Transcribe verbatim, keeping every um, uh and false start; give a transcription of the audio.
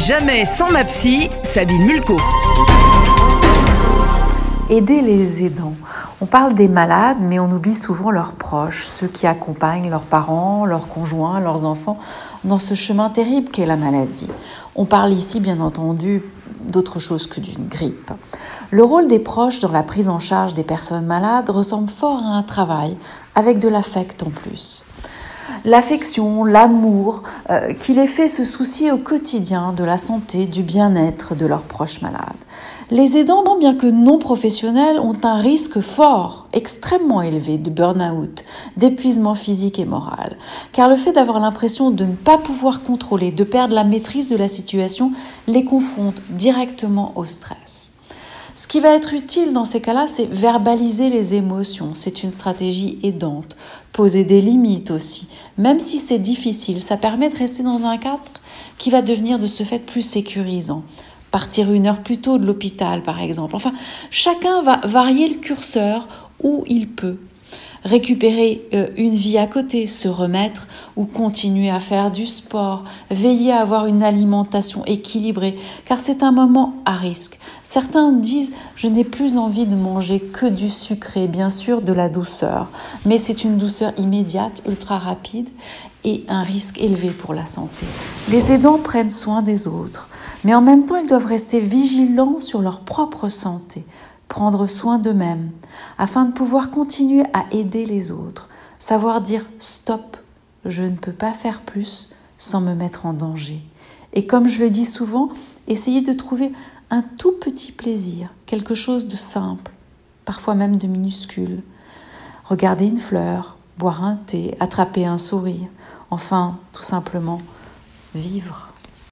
Jamais sans ma psy, Sabine Mulco. Aider les aidants. On parle des malades, mais on oublie souvent leurs proches, ceux qui accompagnent leurs parents, leurs conjoints, leurs enfants dans ce chemin terrible qu'est la maladie. On parle ici, bien entendu, d'autre chose que d'une grippe. Le rôle des proches dans la prise en charge des personnes malades ressemble fort à un travail, avec de l'affect en plus. L'affection, l'amour, euh, qui les fait se soucier au quotidien de la santé, du bien-être de leurs proches malades. Les aidants, bien que non professionnels, ont un risque fort, extrêmement élevé de burn-out, d'épuisement physique et moral. Car le fait d'avoir l'impression de ne pas pouvoir contrôler, de perdre la maîtrise de la situation, les confronte directement au stress. Ce qui va être utile dans ces cas-là, c'est verbaliser les émotions. C'est une stratégie aidante. Poser des limites aussi. Même si c'est difficile, ça permet de rester dans un cadre qui va devenir de ce fait plus sécurisant. Partir une heure plus tôt de l'hôpital, par exemple. Enfin, chacun va varier le curseur où il peut. Récupérer euh, une vie à côté, se remettre ou continuer à faire du sport, veiller à avoir une alimentation équilibrée, car c'est un moment à risque. Certains disent « je n'ai plus envie de manger que du sucré », bien sûr de la douceur, mais c'est une douceur immédiate, ultra rapide et un risque élevé pour la santé. Les aidants prennent soin des autres, mais en même temps ils doivent rester vigilants sur leur propre santé, prendre soin d'eux-mêmes, afin de pouvoir continuer à aider les autres, savoir dire « stop, je ne peux pas faire plus sans me mettre en danger ». Et comme je le dis souvent, essayez de trouver un tout petit plaisir, quelque chose de simple, parfois même de minuscule. Regarder une fleur, boire un thé, attraper un sourire, enfin, tout simplement, vivre.